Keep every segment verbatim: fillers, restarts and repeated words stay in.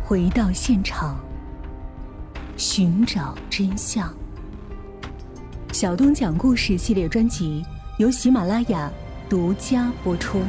回到现场，寻找真相。小东讲故事系列专辑由喜马拉雅独家播出。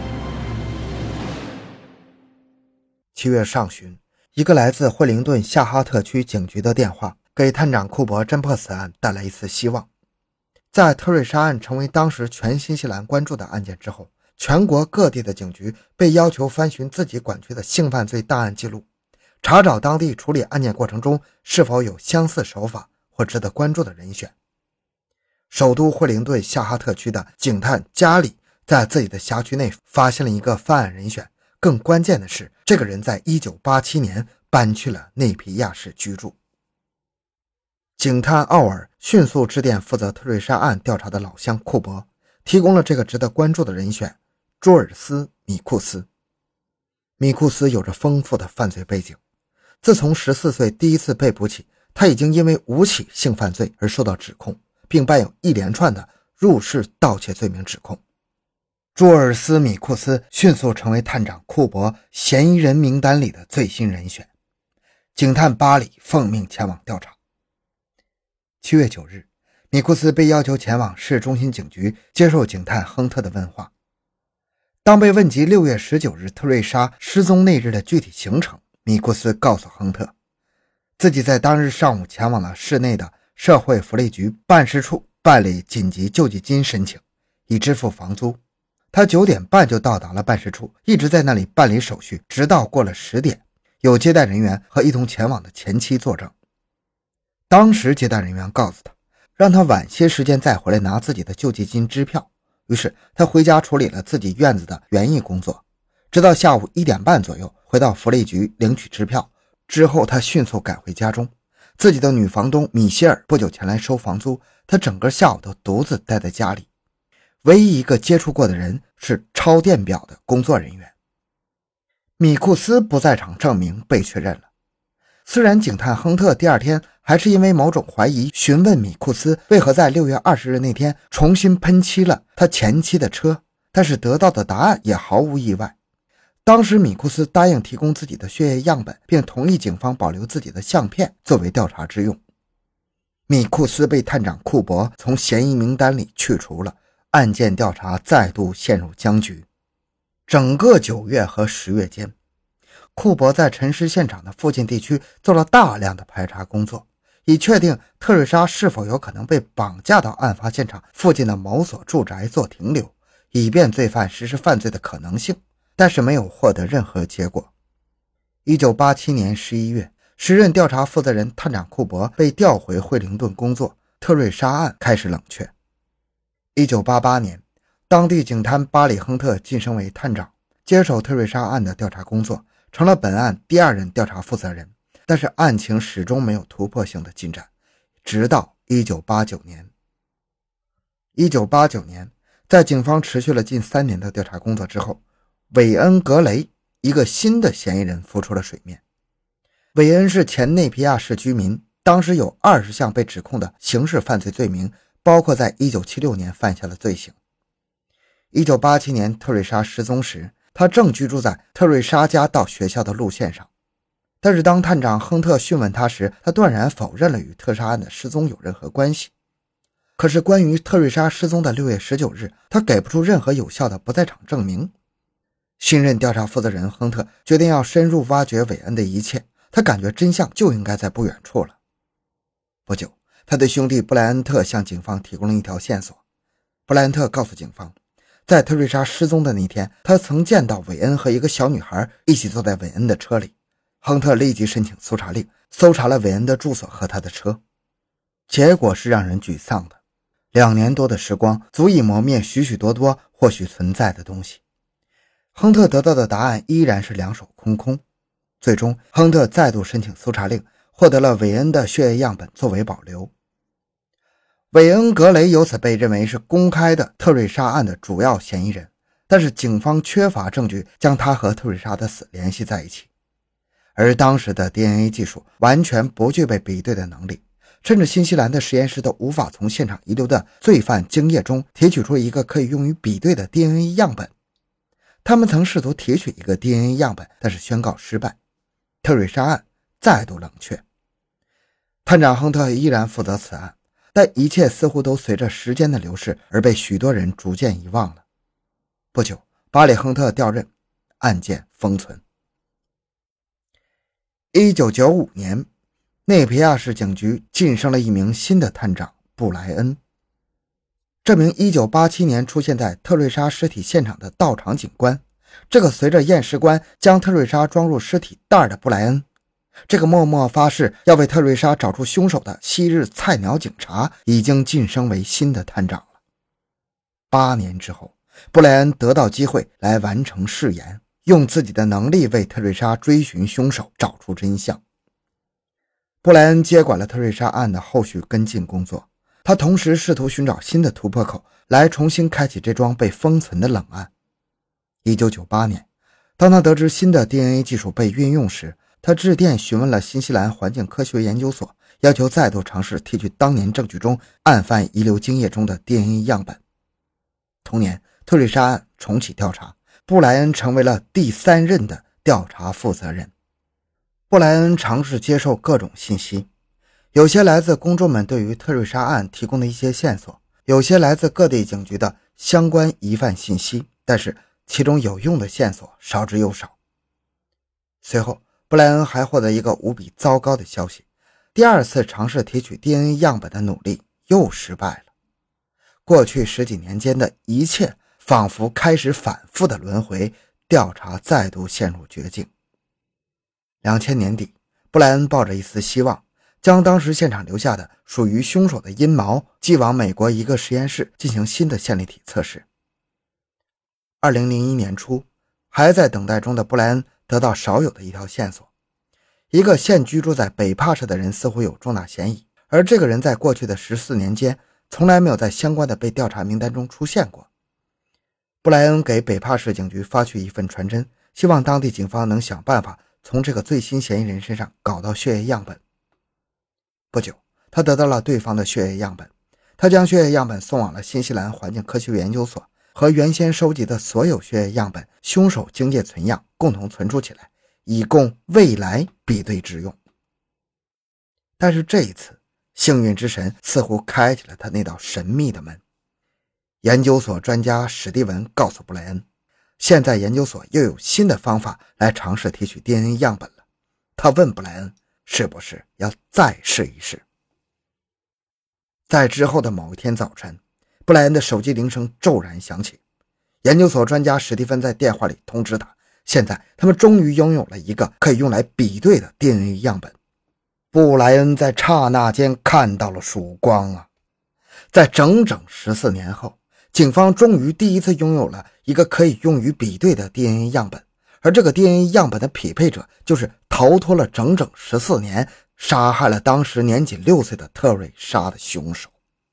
七月上旬，一个来自惠灵顿夏哈特区警局的电话给探长库珀侦破此案带来一丝希望。在特瑞莎案成为当时全新西兰关注的案件之后，全国各地的警局被要求翻寻自己管区的性犯罪档案记录，查找当地处理案件过程中是否有相似手法或值得关注的人选。首都惠灵顿夏哈特区的警探加里在自己的辖区内发现了一个犯案人选，更关键的是，这个人在一九八七年搬去了内皮亚市居住。警探奥尔迅速致电负责特瑞莎案调查的老乡库珀，提供了这个值得关注的人选朱尔斯·米库斯。米库斯有着丰富的犯罪背景，自从十四岁第一次被捕起，他已经因为五起性犯罪而受到指控，并伴有一连串的入室盗窃罪名指控。朱尔斯·米库斯迅速成为探长库珀嫌疑人名单里的最新人选。警探巴里奉命前往调查。七月九日，米库斯被要求前往市中心警局接受警探亨特的问话。当被问及六月十九日特瑞莎失踪那日的具体行程，米库斯告诉亨特，自己在当日上午前往了市内的社会福利局办事处办理紧急救济金申请，以支付房租。他九点半就到达了办事处，一直在那里办理手续，直到过了十点，有接待人员和一同前往的前妻作证。当时接待人员告诉他，让他晚些时间再回来拿自己的救济金支票。于是他回家处理了自己院子的园艺工作，直到下午一点半左右回到福利局领取支票。之后他迅速赶回家中，自己的女房东米歇尔不久前来收房租，他整个下午都独自待在家里。唯一一个接触过的人是抄电表的工作人员。米库斯不在场证明被确认了。虽然警探亨特第二天还是因为某种怀疑询问米库斯为何在六月二十日那天重新喷漆了他前妻的车，但是得到的答案也毫无意外。当时米库斯答应提供自己的血液样本，并同意警方保留自己的相片作为调查之用。米库斯被探长库珀从嫌疑名单里去除了，案件调查再度陷入僵局。整个九月和十月间，库珀在陈尸现场的附近地区做了大量的排查工作，以确定特瑞莎是否有可能被绑架到案发现场附近的某所住宅做停留，以便罪犯实施犯罪的可能性，但是没有获得任何结果。一九八七年十一月，时任调查负责人探长库珀被调回惠灵顿工作，特瑞莎案开始冷却。一九八八年，当地警探巴里亨特晋升为探长，接手特瑞莎案的调查工作，成了本案第二任调查负责人，但是案情始终没有突破性的进展，直到一九八九年。一九八九年，在警方持续了近三年的调查工作之后，韦恩·格雷，一个新的嫌疑人浮出了水面。韦恩是前内皮亚市居民，当时有二十项被指控的刑事犯罪罪名，包括在一九七六年犯下的罪行。一九八七年特瑞莎失踪时，他正居住在特瑞莎家到学校的路线上，但是当探长亨特讯问他时，他断然否认了与特莎案的失踪有任何关系。可是关于特瑞莎失踪的六月十九日，他给不出任何有效的不在场证明。新任调查负责人亨特决定要深入挖掘韦恩的一切，他感觉真相就应该在不远处了。不久，他的兄弟布莱恩特向警方提供了一条线索。布莱恩特告诉警方，在特瑞莎失踪的那天，他曾见到韦恩和一个小女孩一起坐在韦恩的车里。亨特立即申请搜查令，搜查了韦恩的住所和他的车。结果是让人沮丧的，两年多的时光足以磨灭许许多多或许存在的东西。亨特得到的答案依然是两手空空。最终，亨特再度申请搜查令，获得了韦恩的血液样本作为保留。韦恩·格雷由此被认为是公开的特瑞莎案的主要嫌疑人，但是警方缺乏证据将他和特瑞莎的死联系在一起。而当时的 D N A 技术完全不具备比对的能力，甚至新西兰的实验室都无法从现场遗留的罪犯精液中提取出一个可以用于比对的 D N A 样本。他们曾试图提取一个 D N A 样本，但是宣告失败。 特瑞莎案再度冷却。探长亨特依然负责此案，但一切似乎都随着时间的流逝而被许多人逐渐遗忘了。不久，巴里·亨特调任，案件封存。一九九五年，内皮亚市警局晋升了一名新的探长布莱恩。这名一九八七年出现在特瑞莎尸体现场的到场警官，这个随着验尸官将特瑞莎装入尸体袋的布莱恩，这个默默发誓要为特瑞莎找出凶手的昔日菜鸟警察，已经晋升为新的探长了。八年之后，布莱恩得到机会来完成誓言，用自己的能力为特瑞莎追寻凶手，找出真相。布莱恩接管了特瑞莎案的后续跟进工作，他同时试图寻找新的突破口，来重新开启这桩被封存的冷案。一九九八年，当他得知新的 D N A 技术被运用时，他致电询问了新西兰环境科学研究所，要求再度尝试提取当年证据中案犯遗留精液中的 D N A 样本。同年，特瑞莎案重启调查，布莱恩成为了第三任的调查负责人。布莱恩尝试接受各种信息，有些来自公众们对于特瑞莎案提供的一些线索，有些来自各地警局的相关疑犯信息，但是其中有用的线索少之又少。随后，布莱恩还获得一个无比糟糕的消息，第二次尝试提取 D N A 样本的努力又失败了。过去十几年间的一切仿佛开始反复的轮回，调查再度陷入绝境。两千年底，布莱恩抱着一丝希望，将当时现场留下的属于凶手的阴毛寄往美国一个实验室进行新的线粒体测试。二零零一年初，还在等待中的布莱恩得到少有的一条线索，一个现居住在北帕市的人似乎有重大嫌疑，而这个人在过去的十四年间从来没有在相关的被调查名单中出现过。布莱恩给北帕市警局发去一份传真，希望当地警方能想办法从这个最新嫌疑人身上搞到血液样本。不久，他得到了对方的血液样本，他将血液样本送往了新西兰环境科学研究所，和原先收集的所有血液样本、凶手精液存样共同存储起来，以供未来比对之用。但是这一次，幸运之神似乎开启了他那道神秘的门。研究所专家史蒂文告诉布莱恩，现在研究所又有新的方法来尝试提取 D N A 样本了。他问布莱恩是不是要再试一试。在之后的某一天早晨，布莱恩的手机铃声骤然响起，研究所专家史蒂芬在电话里通知他，现在他们终于拥有了一个可以用来比对的 D N A 样本。布莱恩在刹那间看到了曙光啊！在整整十四年后，警方终于第一次拥有了一个可以用于比对的 D N A 样本，而这个 D N A 样本的匹配者就是逃脱了整整十四年，杀害了当时年仅六岁的特瑞莎的凶手。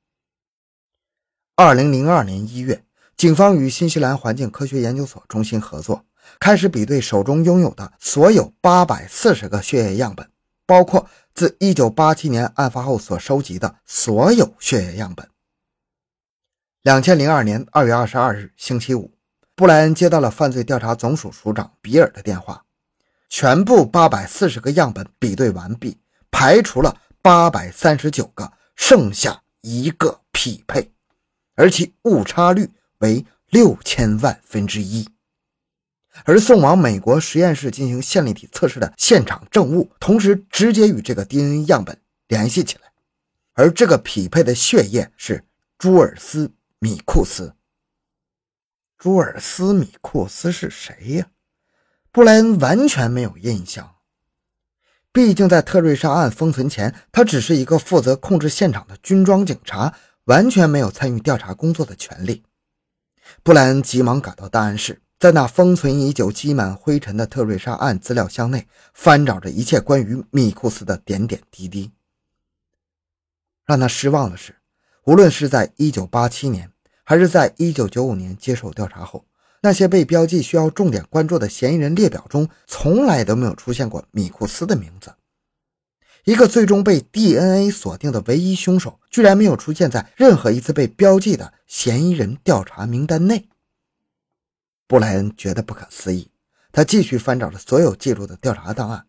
二零零二年一月，警方与新西兰环境科学研究所中心合作，开始比对手中拥有的所有八百四十个血液样本，包括自一九八七年案发后所收集的所有血液样本。二零零二年二月二十二日星期五，布莱恩接到了犯罪调查总署署长比尔的电话，全部八百四十个样本比对完毕，排除了八百三十九个，剩下一个匹配，而其误差率为六千万分之一。而送往美国实验室进行线粒体测试的现场证物，同时直接与这个 D N A 样本联系起来，而这个匹配的血液是朱尔斯·米库斯。朱尔斯·米库斯是谁呀？布莱恩完全没有印象。毕竟在特瑞莎案封存前，他只是一个负责控制现场的军装警察，完全没有参与调查工作的权利。布莱恩急忙赶到档案室，在那封存已久积满灰尘的特瑞莎案资料箱内翻找着一切关于密库斯的点点滴滴。让他失望的是，无论是在一九八七年还是在一九九五年接受调查后，那些被标记需要重点关注的嫌疑人列表中从来都没有出现过米库斯的名字。一个最终被 D N A 锁定的唯一凶手居然没有出现在任何一次被标记的嫌疑人调查名单内。布莱恩觉得不可思议，他继续翻找着所有记录的调查档案，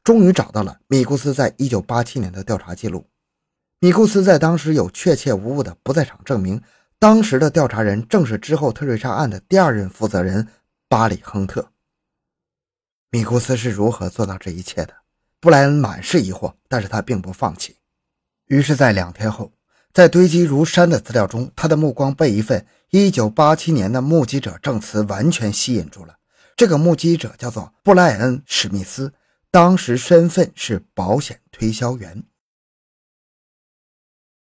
终于找到了米库斯在一九八七年的调查记录。米库斯在当时有确切无误的不在场证明，当时的调查人正是之后特瑞莎案的第二任负责人巴里·亨特。米库斯是如何做到这一切的？布莱恩满是疑惑，但是他并不放弃。于是在两天后，在堆积如山的资料中，他的目光被一份一九八七年的目击者证词完全吸引住了。这个目击者叫做布莱恩·史密斯，当时身份是保险推销员。